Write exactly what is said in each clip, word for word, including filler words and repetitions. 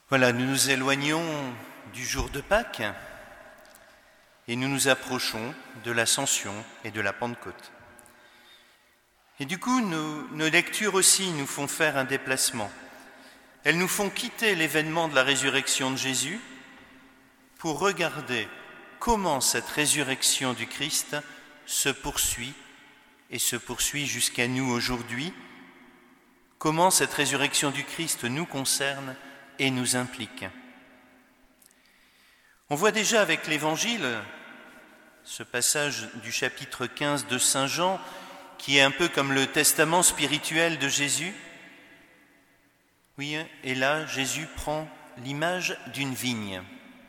Voilà, nous nous éloignons du jour de Pâques et nous nous approchons de l'Ascension et de la Pentecôte. Et du coup, nos, nos lectures aussi nous font faire un déplacement. Elles nous font quitter l'événement de la résurrection de Jésus pour regarder comment cette résurrection du Christ se poursuit et se poursuit jusqu'à nous aujourd'hui, comment cette résurrection du Christ nous concerne et nous implique. On voit déjà avec l'Évangile, ce passage du chapitre quinze de Saint Jean, qui est un peu comme le testament spirituel de Jésus. Oui, et là, Jésus prend l'image d'une vigne.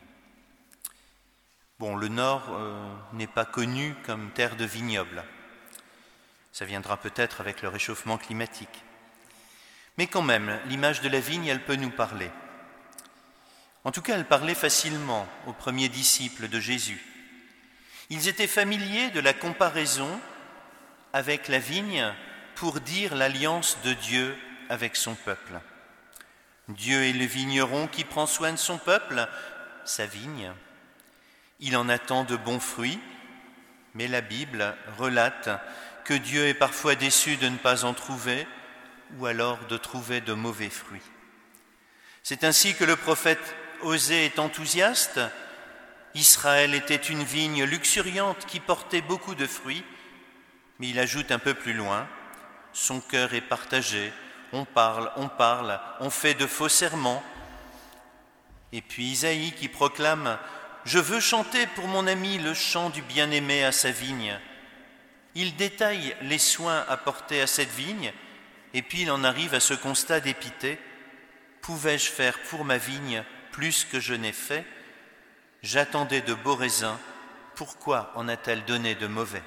Bon, le Nord euh, n'est pas connu comme terre de vignoble. Ça viendra peut-être avec le réchauffement climatique. Mais quand même, l'image de la vigne, elle peut nous parler. En tout cas, elle parlait facilement aux premiers disciples de Jésus. Ils étaient familiers de la comparaison avec la vigne pour dire l'alliance de Dieu avec son peuple. Dieu est le vigneron qui prend soin de son peuple, sa vigne. Il en attend de bons fruits, mais la Bible relate que Dieu est parfois déçu de ne pas en trouver, ou alors de trouver de mauvais fruits. C'est ainsi que le prophète Osée est enthousiaste. Israël était une vigne luxuriante qui portait beaucoup de fruits, mais il ajoute un peu plus loin, son cœur est partagé, on parle, on parle, on fait de faux serments. Et puis Isaïe qui proclame « Je veux chanter pour mon ami le chant du bien-aimé à sa vigne ». Il détaille les soins apportés à cette vigne, et puis il en arrive à ce constat d'épité. Pouvais-je faire pour ma vigne plus que je n'ai fait? J'attendais de beaux raisins, pourquoi en a-t-elle donné de mauvais?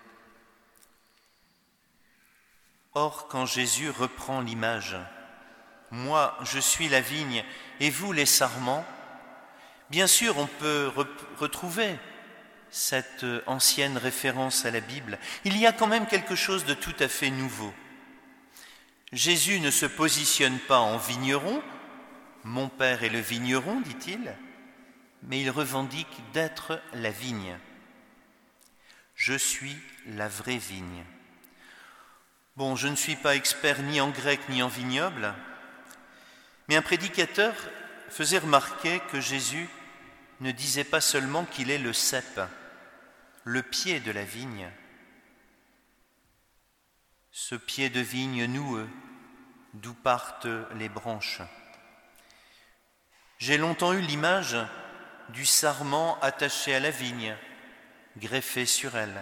Or, quand Jésus reprend l'image, « Moi, je suis la vigne, et vous les sarments », bien sûr, on peut re- retrouver cette ancienne référence à la Bible. Il y a quand même quelque chose de tout à fait nouveau. Jésus ne se positionne pas en vigneron, « Mon Père est le vigneron », dit-il, mais il revendique d'être la vigne. « Je suis la vraie vigne ». Bon, je ne suis pas expert ni en grec ni en vignoble, mais un prédicateur faisait remarquer que Jésus ne disait pas seulement qu'il est le cep, le pied de la vigne, ce pied de vigne noueux, d'où partent les branches. J'ai longtemps eu l'image du sarment attaché à la vigne, greffé sur elle.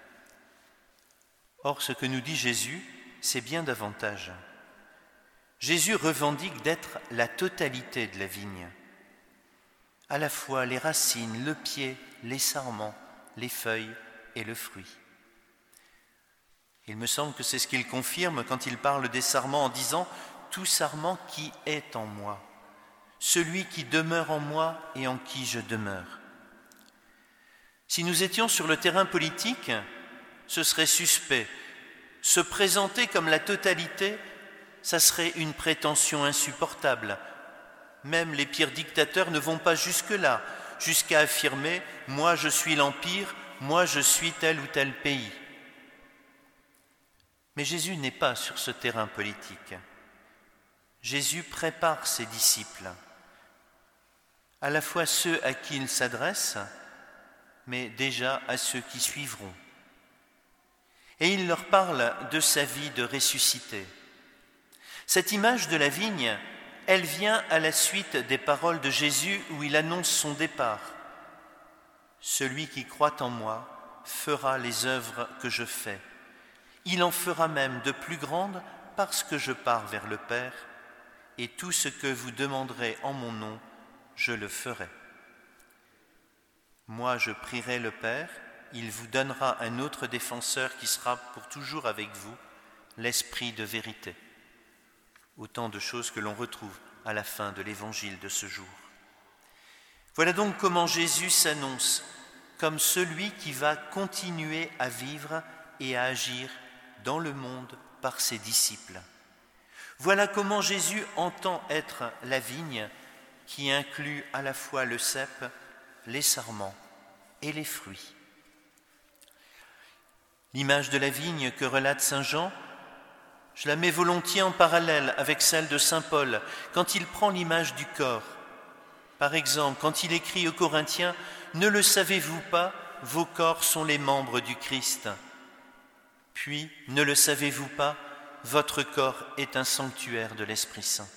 Or, ce que nous dit Jésus, c'est bien davantage. Jésus revendique d'être la totalité de la vigne, à la fois les racines, le pied, les sarments, les feuilles et le fruit. Il me semble que c'est ce qu'il confirme quand il parle des sarments en disant « Tout sarment qui est en moi, celui qui demeure en moi et en qui je demeure ». Si nous étions sur le terrain politique, ce serait suspect. Se présenter comme la totalité, ça serait une prétention insupportable. Même les pires dictateurs ne vont pas jusque-là, jusqu'à affirmer « moi je suis l'Empire, moi je suis tel ou tel pays ». Mais Jésus n'est pas sur ce terrain politique. Jésus prépare ses disciples, à la fois ceux à qui il s'adresse, mais déjà à ceux qui suivront. Et il leur parle de sa vie de ressuscité. Cette image de la vigne, elle vient à la suite des paroles de Jésus où il annonce son départ. « Celui qui croit en moi fera les œuvres que je fais. Il en fera même de plus grandes parce que je pars vers le Père, et tout ce que vous demanderez en mon nom, je le ferai. Moi, je prierai le Père, il vous donnera un autre défenseur qui sera pour toujours avec vous, l'Esprit de vérité. » Autant de choses que l'on retrouve à la fin de l'évangile de ce jour. Voilà donc comment Jésus s'annonce comme celui qui va continuer à vivre et à agir dans le monde par ses disciples. Voilà comment Jésus entend être la vigne qui inclut à la fois le cep, les sarments et les fruits. L'image de la vigne que relate saint Jean, je la mets volontiers en parallèle avec celle de saint Paul quand il prend l'image du corps. Par exemple, quand il écrit aux Corinthiens « Ne le savez-vous pas, vos corps sont les membres du Christ ». Puis, ne le savez-vous pas, votre corps est un sanctuaire de l'Esprit Saint.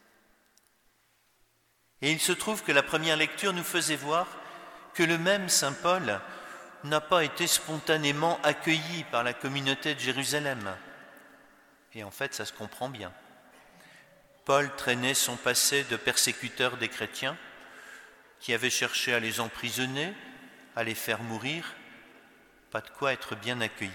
Et il se trouve que la première lecture nous faisait voir que le même saint Paul n'a pas été spontanément accueilli par la communauté de Jérusalem. Et en fait, ça se comprend bien. Paul traînait son passé de persécuteur des chrétiens, qui avait cherché à les emprisonner, à les faire mourir, pas de quoi être bien accueilli.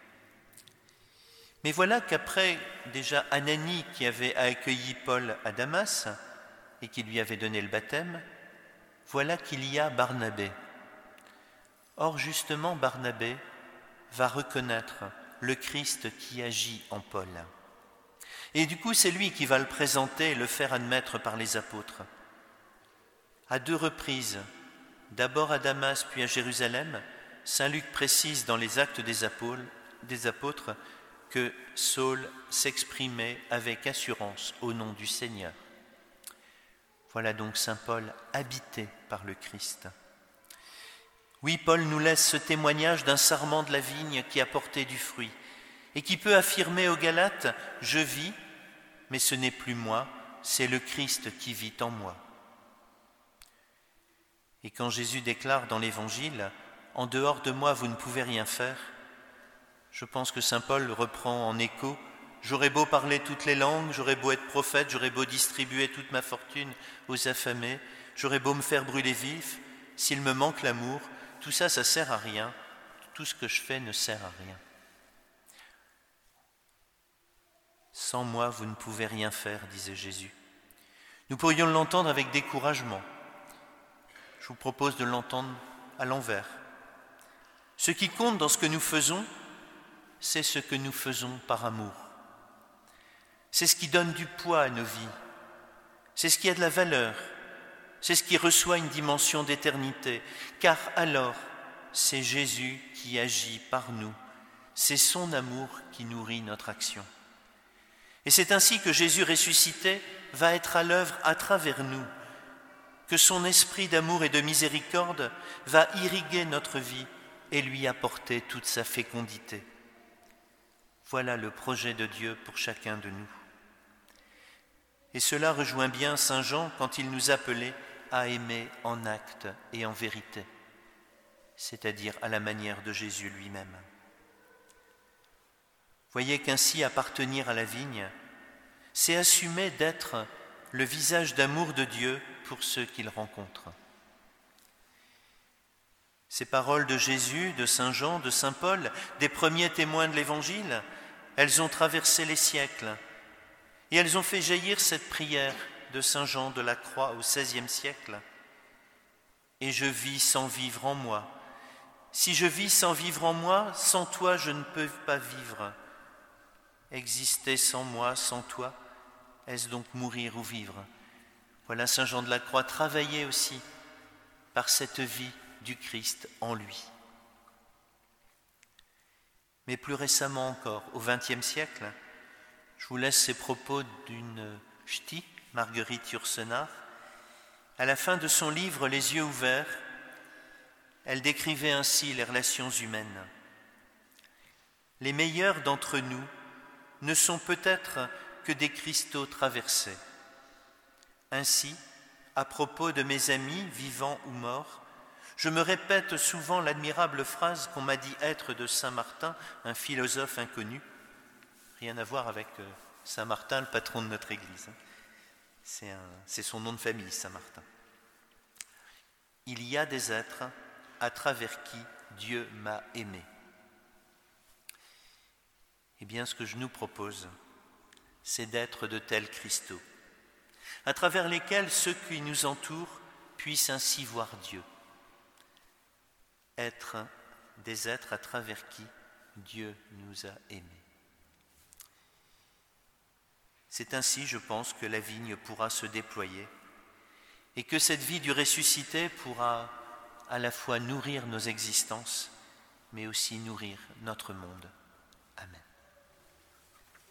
Mais voilà qu'après déjà Ananie qui avait accueilli Paul à Damas et qui lui avait donné le baptême, voilà qu'il y a Barnabé. Or justement Barnabé va reconnaître le Christ qui agit en Paul. Et du coup c'est lui qui va le présenter et le faire admettre par les apôtres. À deux reprises, d'abord à Damas puis à Jérusalem, saint Luc précise dans les Actes des apôtres que Saul s'exprimait avec assurance au nom du Seigneur. Voilà donc saint Paul habité par le Christ. Oui, Paul nous laisse ce témoignage d'un sarment de la vigne qui a porté du fruit et qui peut affirmer aux Galates « Je vis, mais ce n'est plus moi, c'est le Christ qui vit en moi ». Et quand Jésus déclare dans l'Évangile « En dehors de moi, vous ne pouvez rien faire », je pense que saint Paul reprend en écho « J'aurais beau parler toutes les langues, j'aurais beau être prophète, j'aurais beau distribuer toute ma fortune aux affamés, j'aurais beau me faire brûler vif, s'il me manque l'amour, tout ça, ça sert à rien, tout ce que je fais ne sert à rien. Sans moi, vous ne pouvez rien faire, disait Jésus. Nous pourrions l'entendre avec découragement. Je vous propose de l'entendre à l'envers. Ce qui compte dans ce que nous faisons, c'est ce que nous faisons par amour. C'est ce qui donne du poids à nos vies. C'est ce qui a de la valeur. C'est ce qui reçoit une dimension d'éternité. Car alors, c'est Jésus qui agit par nous. C'est son amour qui nourrit notre action. Et c'est ainsi que Jésus ressuscité va être à l'œuvre à travers nous, que son esprit d'amour et de miséricorde va irriguer notre vie et lui apporter toute sa fécondité. Voilà le projet de Dieu pour chacun de nous. Et cela rejoint bien saint Jean quand il nous appelait à aimer en acte et en vérité, c'est-à-dire à la manière de Jésus lui-même. Voyez qu'ainsi appartenir à la vigne, c'est assumer d'être le visage d'amour de Dieu pour ceux qu'il rencontre. Ces paroles de Jésus, de saint Jean, de saint Paul, des premiers témoins de l'Évangile, elles ont traversé les siècles et elles ont fait jaillir cette prière de saint Jean de la Croix au seizième siècle. Et je vis sans vivre en moi. Si je vis sans vivre en moi, sans toi je ne peux pas vivre. Exister sans moi, sans toi, est-ce donc mourir ou vivre? Voilà saint Jean de la Croix travaillé aussi par cette vie du Christ en lui. Mais plus récemment encore, au vingtième siècle, je vous laisse ces propos d'une ch'ti, Marguerite Yourcenar. À la fin de son livre « Les yeux ouverts », elle décrivait ainsi les relations humaines. « Les meilleurs d'entre nous ne sont peut-être que des cristaux traversés. Ainsi, à propos de mes amis, vivants ou morts, je me répète souvent l'admirable phrase qu'on m'a dit être de saint Martin, un philosophe inconnu. Rien à voir avec saint Martin, le patron de notre Église. C'est, un, c'est son nom de famille, saint Martin. Il y a des êtres à travers qui Dieu m'a aimé. Eh bien, ce que je nous propose, c'est d'être de tels cristaux, à travers lesquels ceux qui nous entourent puissent ainsi voir Dieu. Être des êtres à travers qui Dieu nous a aimés. C'est ainsi, je pense, que la vigne pourra se déployer et que cette vie du ressuscité pourra à la fois nourrir nos existences, mais aussi nourrir notre monde.